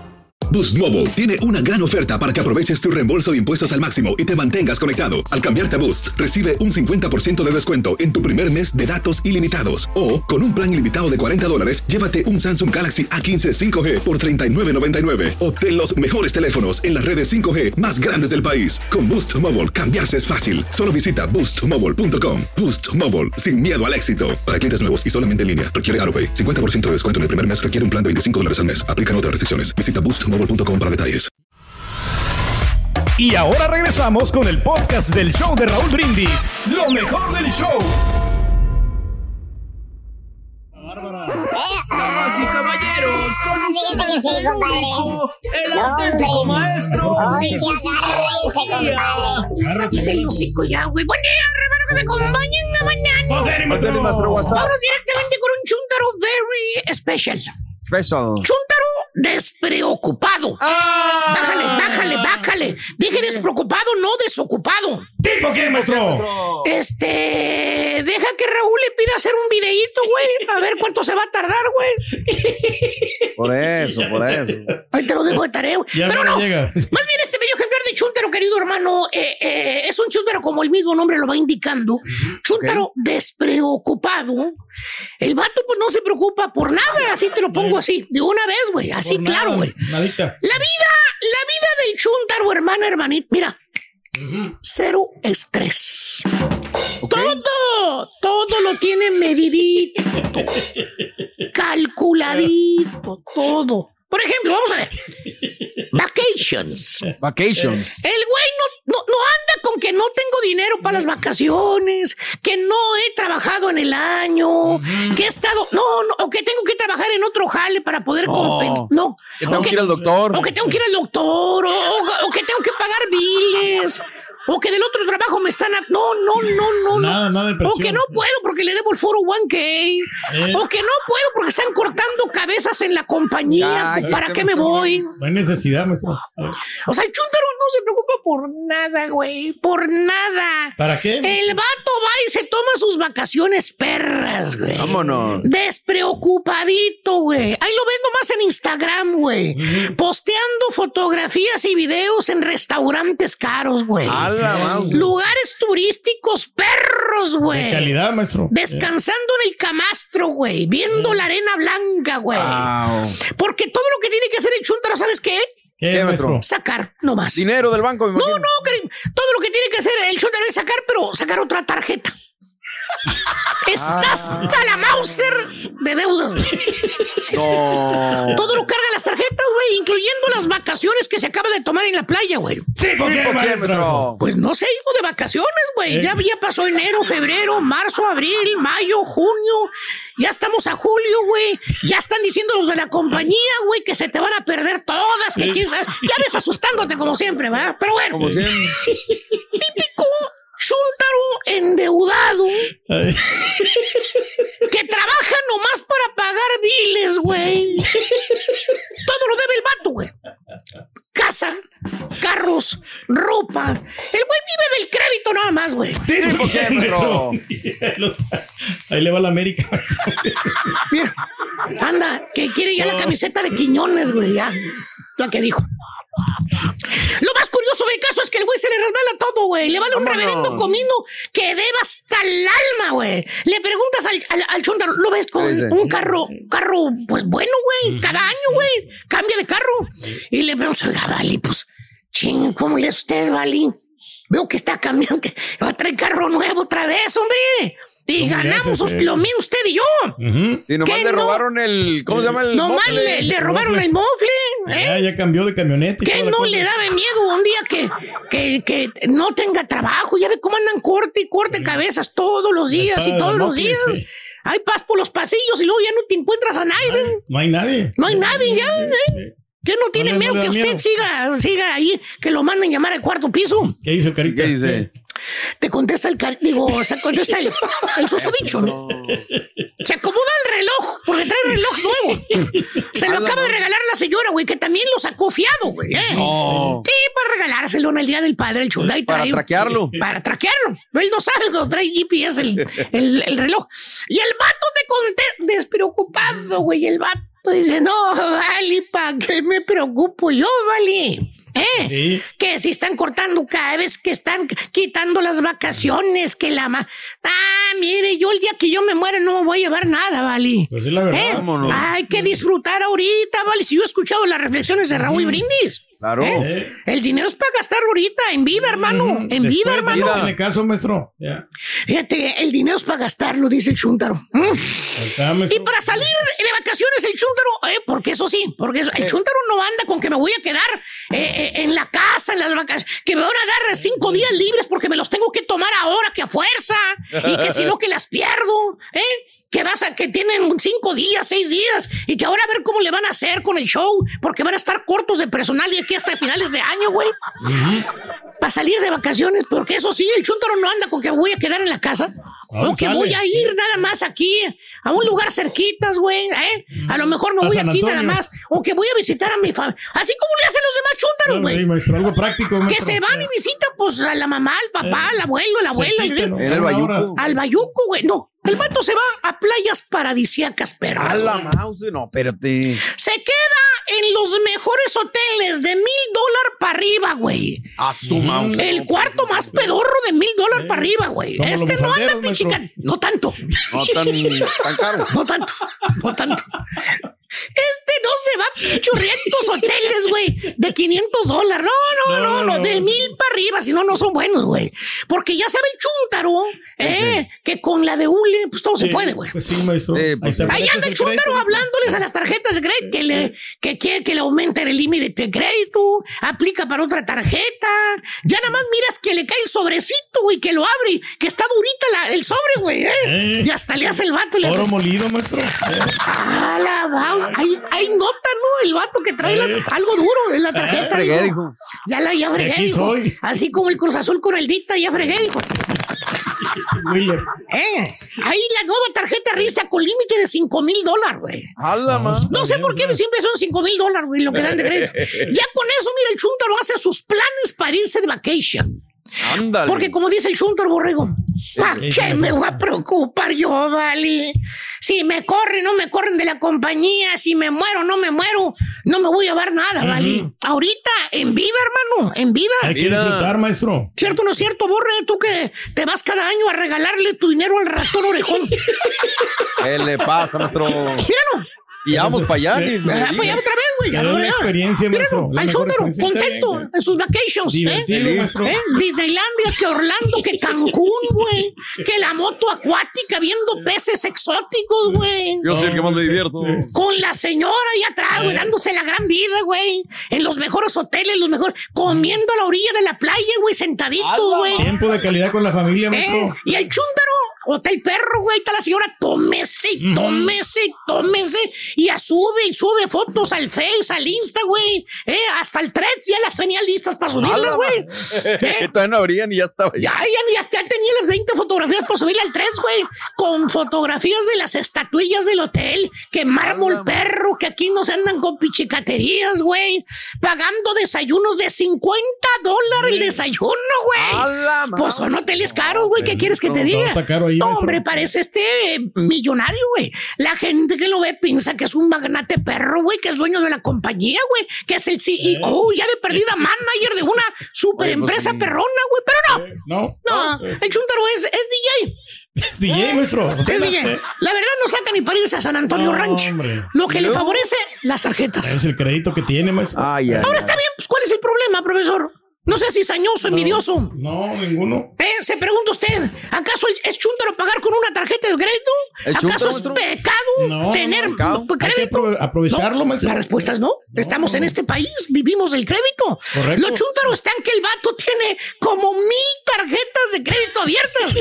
Boost Mobile tiene una gran oferta para que aproveches tu reembolso de impuestos al máximo y te mantengas conectado. Al cambiarte a Boost, recibe un cincuenta por ciento de descuento en tu primer mes de datos ilimitados. O, con un plan ilimitado de cuarenta dólares, llévate un Samsung Galaxy A quince cinco G por treinta y nueve noventa y nueve. Obtén los mejores teléfonos en las redes cinco G más grandes del país. Con Boost Mobile, cambiarse es fácil. Solo visita boost mobile punto com. Boost Mobile, sin miedo al éxito. Para clientes nuevos y solamente en línea, requiere AutoPay. cincuenta por ciento de descuento en el primer mes, requiere un plan de veinticinco dólares al mes. Aplican otras restricciones. Visita boost mobile punto com para detalles. Y ahora regresamos con el podcast del show de Raúl Brindis. Lo mejor del show. Damas y caballeros, con ustedes el único, el auténtico maestro. El hocico ya, güey. Buen día, hermano, que me acompañen a mañana. Vamos directamente con un chúntaro very special. Special. Chúntaro despreocupado. Ah. Bájale, bájale, bájale. Dije despreocupado, no desocupado. ¿Tipo qué, maestro? Este, deja que Raúl le pida hacer un videíto, güey. A ver cuánto se va a tardar, güey. Por eso, por eso. Ahí te lo dejo de tarea, güey. Ya Pero no no, llega. más bien este bello ejemplar de chúntaro, querido hermano, eh, eh, es un chúntaro como el mismo nombre lo va indicando. Chúntaro okay. despreocupado. El vato pues no se preocupa por nada, así te lo pongo así, de una vez, güey, así por claro, güey. La vida, la vida del chúntaro, hermana, hermanita, mira, uh-huh. cero estrés. Okay. Todo, todo lo tiene medidito, calculadito, todo. Por ejemplo, vamos a ver. Vacations. Vacations. El güey no, no, no anda con que no tengo dinero para las vacaciones, que no he trabajado en el año, uh-huh. que he estado, no, no, o que tengo que trabajar en otro jale para poder no. compensar. No. Que tengo que, que ir al doctor. O que tengo que ir al doctor, o, o, o que tengo que pagar biles. O que del otro trabajo me están... A... No, no, no, no. Nada, no. nada de presión. O que no puedo porque le debo el cuatro oh uno k. Eh. O que no puedo porque están cortando cabezas en la compañía. Ya, ¿Para qué me voy? No hay necesidad, maestro. O sea, el chúntaro no se preocupa por nada, güey. Por nada. ¿Para qué? El vato va y se toma sus vacaciones perras, güey. Vámonos. Despreocupadito, güey. Ahí lo ves nomás en Instagram, güey. Uh-huh. Posteando fotografías y videos en restaurantes caros, güey. Lugares turísticos perros, güey. De calidad, maestro. Descansando en el camastro, güey. Viendo la arena blanca, güey. Wow. Porque todo lo que tiene que hacer el chúntaro, ¿sabes qué? ¿Qué, maestro? Sacar, nomás. Dinero del banco, me imagino. No, no, Karim. Todo lo que tiene que hacer el chúntaro es sacar, pero sacar otra tarjeta. Estás Ah. hasta la Mauser de deuda. No. Todo lo carga las tarjetas, güey, incluyendo las vacaciones que se acaba de tomar en la playa, güey. Sí, ¿por qué, maestro? Pues no se ha ido de vacaciones, güey. ¿Eh? Ya, ya pasó enero, febrero, marzo, abril, mayo, junio. Ya estamos a julio, güey. Ya están diciendo los de la compañía, güey, que se te van a perder todas, que quién sabe. Ya ves asustándote como siempre, ¿verdad? Pero bueno. Como siempre. Típico chúntaro endeudado Ay. que trabaja nomás para pagar biles, güey. Todo lo debe el vato, güey. Casa, carros, ropa. El güey vive del crédito nada más, güey. Sí, ¿por qué, maestro? Ahí le va la América. Mira, anda, que quiere ya la camiseta de Quiñones, güey, ya. Ya que dijo. Lo más curioso del caso es que el güey se le resbala todo, güey. Le vale un reverendo comino que debe hasta el alma, güey. Le preguntas al, al, al chúntaro, ¿lo ves con sí, sí. un carro, carro, pues bueno, güey? Cada año, güey, cambia de carro. Y le preguntas, oiga, Vali, pues, ching, ¿cómo le es usted, Vali? Veo que está cambiando, que va a traer carro nuevo otra vez, hombre. Y ganamos gracias, lo mismo usted y yo. Uh-huh. Sí, nomás le robaron no? el... ¿Cómo se llama el Nomás mofle? le, le robaron el mofle. ¿eh? Ya, ya cambió de camioneta. ¿Qué no le daba miedo un día que, que, que no tenga trabajo? Ya ve cómo andan corte y corte sí. cabezas todos los días y todos los mofle, días. Sí. Hay paz por los pasillos y luego ya no te encuentras a nadie. No, no hay nadie. No hay nadie ya, ¿eh? ¿Qué no tiene no, miedo no que usted miedo. siga siga ahí, que lo manden llamar al cuarto piso? ¿Qué dice el carita? ¿Qué dice? Te contesta el car... Digo, o sea, contesta el, el susodicho, ¿no? Se acomoda el reloj, porque trae reloj nuevo. Se lo acaba de regalar la señora, güey, que también lo sacó fiado, güey. ¿eh? No. Sí, para regalárselo en el Día del Padre, el chulay. Para trae, traquearlo. Para traquearlo. Él no sabe cuando trae G P S el, el, el reloj. Y el vato te conté despreocupado, güey, el vato. Pues dice, no, vale, ¿para qué me preocupo yo, vale? ¿Eh? Sí. Que si están cortando cada vez que están quitando las vacaciones, que la ma... Ah, mire, yo el día que yo me muera no me voy a llevar nada, vale. Pues es la verdad. ¿Eh? Vámonos. Hay que disfrutar ahorita, vale. Si yo he escuchado las reflexiones de Raúl Brindis. Claro. ¿Eh? El dinero es para gastar ahorita, en vida, hermano. En Después, vida, hermano. Vida. Tiene caso, maestro. Yeah. Fíjate, el dinero es para gastarlo, dice el chúntaro. ¿Mm? Está, y para salir de, de vacaciones el chúntaro, eh, porque eso sí, porque eso, el chúntaro no anda con que me voy a quedar eh, eh, en la casa, en las vacaciones, que me van a dar cinco días libres porque me los tengo que tomar ahora que a fuerza, y que si no que las pierdo, ¿eh? Que vas a, que tienen cinco días, seis días, y que ahora a ver cómo le van a hacer con el show, porque van a estar cortos de personal y aquí hasta finales de año, güey. Uh-huh. Para salir de vacaciones, porque eso sí, el chúntaro no anda con que voy a quedar en la casa, o que voy a ir nada más aquí, a un lugar cerquitas, güey, ¿eh? A lo mejor me voy aquí nada más, o que voy a visitar a mi familia, así como le hacen los demás chúntaros, güey. Sí, maestro, algo práctico, maestro. Que se van y visitan, pues, a la mamá, al papá, eh, al abuelo, a la abuela. Quita, ¿no? El bayuco. Al bayuco, güey, no. El vato se va a playas paradisíacas, perro. A la mouse, no, espérate. Se queda en los mejores hoteles de mil dólares para arriba, güey. A su mouse. El cuarto más pedorro de mil dólares para arriba, güey. Este no anda pinchica. No tanto. No tan, tan caro. No tanto. No tanto. Este no se va a churrientos hoteles, güey, de quinientos dólares. No, no, no, no, no, de mil para arriba, si no, no son buenos, güey. Porque ya sabe el chúntaro, eh, sí. que con la de hule, pues todo sí, se puede, güey. Pues sí, maestro. Eh, pues, ahí anda el chúntaro hablándoles a las tarjetas de crédito que le que quiere que le aumenten el límite de crédito, aplica para otra tarjeta. Ya nada más miras que le cae el sobrecito, güey, que lo abre, que está durita la, el sobre, güey, eh. eh. Y hasta le hace el vato. Y le Oro hace... molido, maestro. Eh. Ah, la va. Ahí, ahí nota, ¿no? El vato que trae la, algo duro en la tarjeta. Ah, fregué, dijo. Ya la ya fregué, dijo. Soy. Así como el Cruz Azul con el Dicta, ya fregué, dijo. Willer. Eh, ahí la nueva tarjeta Risa con límite de cinco mil dólares, güey. No, no sé por qué siempre son cinco mil dólares, güey, lo que dan de crédito. Ya con eso, mira, el chúntaro hace sus planes para irse de vacation. Ándale. Porque como dice el chúntaro, borrego, ¿para qué me voy a preocupar yo, vale? Si me corren, no me corren de la compañía, si me muero, no me muero, no me voy a llevar nada, uh-huh. ¿vale? Ahorita, en vida, hermano, en vida. Hay que disfrutar, maestro. ¿Cierto o no es cierto, Borre? Tú que te vas cada año a regalarle tu dinero al ratón orejón. ¿Qué le pasa, maestro? Míralo. Y vamos para allá. Eh, para allá otra vez, güey. Es una experiencia, maestro. Al chúntaro, contento bien, en sus vacations. Divertido, ¿eh? maestro. ¿Eh? Disneylandia, que Orlando, que Cancún, güey. Que la moto acuática viendo peces exóticos, güey. Yo soy el que más me divierto. Con la señora ahí atrás, güey, dándose la gran vida, güey. En los mejores hoteles, los mejores. Comiendo a la orilla de la playa, güey, sentadito, güey. Tiempo de calidad con la familia, maestro. ¿Eh? Y el chúntaro, hotel perro, güey. Está la señora, tómese, tómese, tómese. Y a sube y sube fotos al Face, al Insta, güey. Eh, hasta el Threads ya las tenía listas para subirlas, güey. ¿Eh? Todavía no abrían y ya estaba. Ya, ya, ya, ya tenía las veinte fotografías para subirle al Threads, güey. Con fotografías de las estatuillas del hotel. Que mármol perro, que aquí no se andan con pichicaterías, güey. Pagando desayunos de cincuenta dólares el desayuno, güey. Pues son hoteles caros, güey. ¿Qué quieres que te diga? Está caro ahí, no, hombre, parece este eh, millonario, güey. La gente que lo ve piensa que es un magnate perro, güey, que es dueño de la compañía, güey, que es el C E O, ya de perdida manager de una super Oye, pues empresa sí. perrona, güey, pero no. Eh, no. No, eh. el chúntaro es, es D J. Es D J, maestro. Es D J. La verdad no saca ni para irse a San Antonio no, Ranch. Hombre. Lo que le favorece, las tarjetas. Es el crédito que tiene, maestro. Ay, ay, Ahora está bien, pues ¿cuál es el problema, profesor? No sé si sañoso, no, envidioso. No, ninguno. Eh, se pregunta usted, ¿acaso es chúntaro pagar con una tarjeta de crédito? ¿Acaso es pecado no, tener no, pecado. crédito? Hay que aprovecharlo, ¿No? maestro. La respuesta es no. no Estamos no. en este país, vivimos del crédito. Correcto. Lo chúntaro está en que el vato tiene como mil tarjetas de crédito abiertas.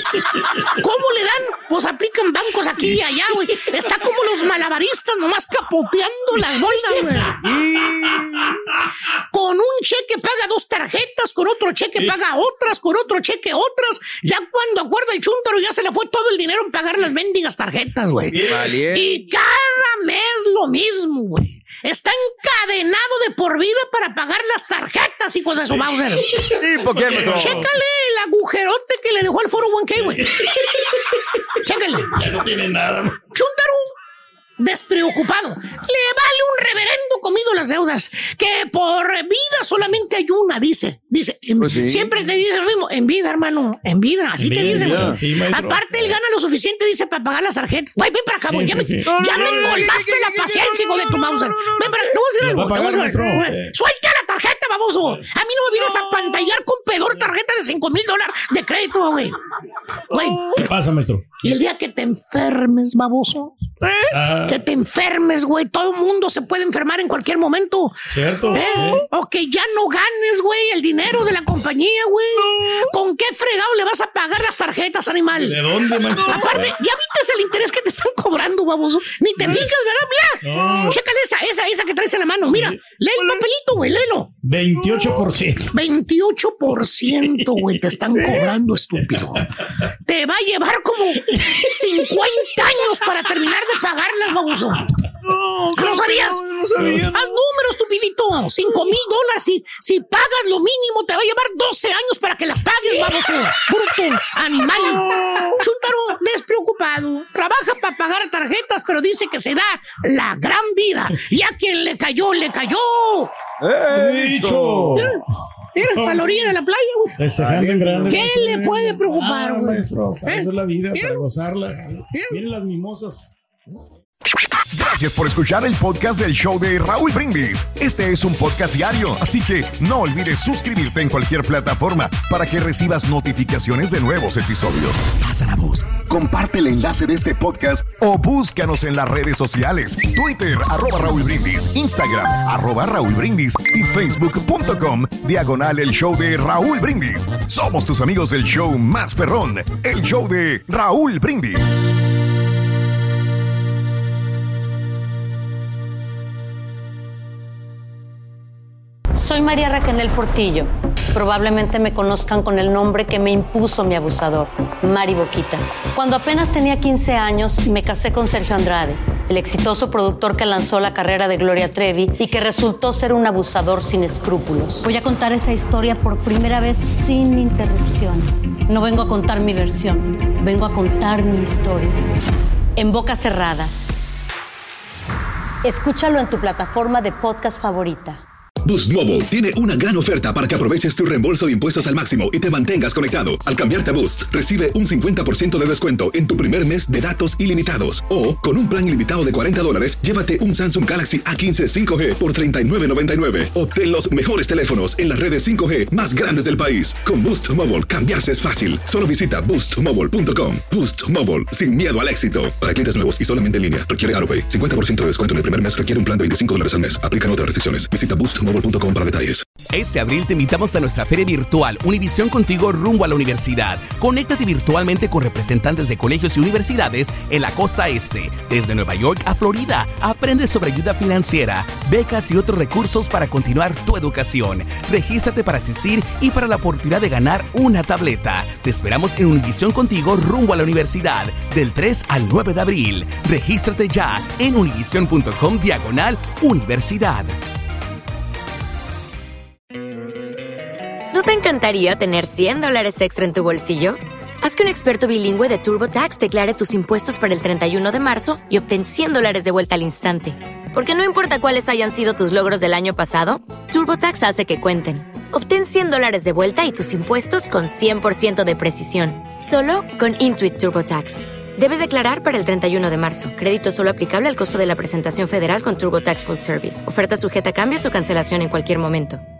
¿Cómo le dan? Pues aplican bancos aquí y allá, güey. Está como los malabaristas nomás capoteando las bolas, güey. Con un cheque paga dos tarjetas, con otro cheque paga otras, con otro cheque otras. Ya cuando acuerda el chúntaro ya se le fue todo el dinero en pagar las mendigas tarjetas, güey. Y cada mes lo mismo, güey. Está encadenado de por vida para pagar las tarjetas, hijos de su Bowser. ¿Y por qué, maestro? Chécale el agujerote que le dejó al cuatro oh uno K, güey. Chécale. Ya no tiene nada. Chúntaro despreocupado. Le vale un reverendo comido las deudas. Que por vida solamente hay una, dice. Dice, pues sí. Siempre te dice lo mismo. En vida, hermano. En vida. Así en te dicen. Sí, aparte, él gana lo suficiente, dice, para pagar las tarjetas. Güey, ven para acá, güey. Sí, ya sí, me, sí. ya me colmaste la paciencia, hijo de tu Mauser. Ven para acá. Te voy a decir algo. Te voy a decir algo. Suelta la tarjeta, baboso. A mí no me vienes a pantallar con pedor tarjeta de cinco mil dólares de crédito, güey. Güey. ¿Qué pasa, maestro? Y el día que te enfermes, baboso, ¿eh? ah. que te enfermes, güey, todo el mundo se puede enfermar en cualquier momento. ¿Cierto? ¿Eh? ¿Eh? O que ya no ganes, güey, el dinero de la compañía, güey. No. ¿Con qué fregado le vas a pagar las tarjetas, animal? ¿De dónde, maestro? Aparte, ya viste el interés que te están cobrando, baboso. Ni te fijas, ¿verdad? Mira, no. Chécale esa, esa, esa que traes en la mano. Mira, lee el papelito, güey, léelo. veintiocho por ciento. veintiocho por ciento, güey, te están cobrando, estúpido. Te va a llevar como cincuenta años para terminar de pagarlas, baboso. No, ¿No sabías? No, no sabía. Haz números, estupidito. cinco mil dólares. Si, si pagas lo mínimo, te va a llevar doce años para que las pagues, baboso. Bruto, animal. Chuntaro, despreocupado. Trabaja para pagar tarjetas, pero dice que se da la gran vida. Y a quien le cayó, le cayó. ¡Eh, dicho! Mira, para la orilla de la playa, güey. ¿Qué maestro, le puede preocupar, güey? Ah, maestro, para ¿Eh? eso es la vida, ¿Mira? Para gozarla. ¿Mira? Miren las mimosas. Gracias por escuchar el podcast del show de Raúl Brindis. Este es un podcast diario, así que no olvides suscribirte en cualquier plataforma para que recibas notificaciones de nuevos episodios. Pasa la voz, comparte el enlace de este podcast o búscanos en las redes sociales. Twitter, arroba Raúl Brindis, Instagram, arroba Raúl Brindis y Facebook.com, diagonal el show de Raúl Brindis. Somos tus amigos del show más perrón, el show de Raúl Brindis. Soy María Raquel Portillo. Probablemente me conozcan con el nombre que me impuso mi abusador, Mari Boquitas. Cuando apenas tenía quince años, me casé con Sergio Andrade, el exitoso productor que lanzó la carrera de Gloria Trevi y que resultó ser un abusador sin escrúpulos. Voy a contar esa historia por primera vez sin interrupciones. No vengo a contar mi versión, vengo a contar mi historia. En boca cerrada. Escúchalo en tu plataforma de podcast favorita. Boost Mobile tiene una gran oferta para que aproveches tu reembolso de impuestos al máximo y te mantengas conectado. Al cambiarte a Boost, recibe un cincuenta por ciento de descuento en tu primer mes de datos ilimitados. O, con un plan ilimitado de cuarenta dólares, llévate un Samsung Galaxy A quince cinco G por treinta y nueve noventa y nueve. Obtén los mejores teléfonos en las redes cinco G más grandes del país. Con Boost Mobile, cambiarse es fácil. Solo visita boost mobile punto com. Boost Mobile, sin miedo al éxito. Para clientes nuevos y solamente en línea, requiere AutoPay. cincuenta por ciento de descuento en el primer mes, requiere un plan de veinticinco dólares al mes. Aplican otras restricciones. Visita boost mobile punto com para detalles. Este abril te invitamos a nuestra feria virtual Univisión Contigo rumbo a la universidad. Conéctate virtualmente con representantes de colegios y universidades en la costa este, desde Nueva York a Florida. Aprende sobre ayuda financiera, becas y otros recursos para continuar tu educación. Regístrate para asistir y para la oportunidad de ganar una tableta. Te esperamos en Univisión Contigo rumbo a la universidad del tres al nueve de abril. Regístrate ya en univision punto com diagonal universidad. ¿No te encantaría tener cien dólares extra en tu bolsillo? Haz que un experto bilingüe de TurboTax declare tus impuestos para el treinta y uno de marzo y obtén cien dólares de vuelta al instante. Porque no importa cuáles hayan sido tus logros del año pasado, TurboTax hace que cuenten. Obtén cien dólares de vuelta y tus impuestos con cien por ciento de precisión. Solo con Intuit TurboTax. Debes declarar para el treinta y uno de marzo. Crédito solo aplicable al costo de la presentación federal con TurboTax Full Service. Oferta sujeta a cambios o cancelación en cualquier momento.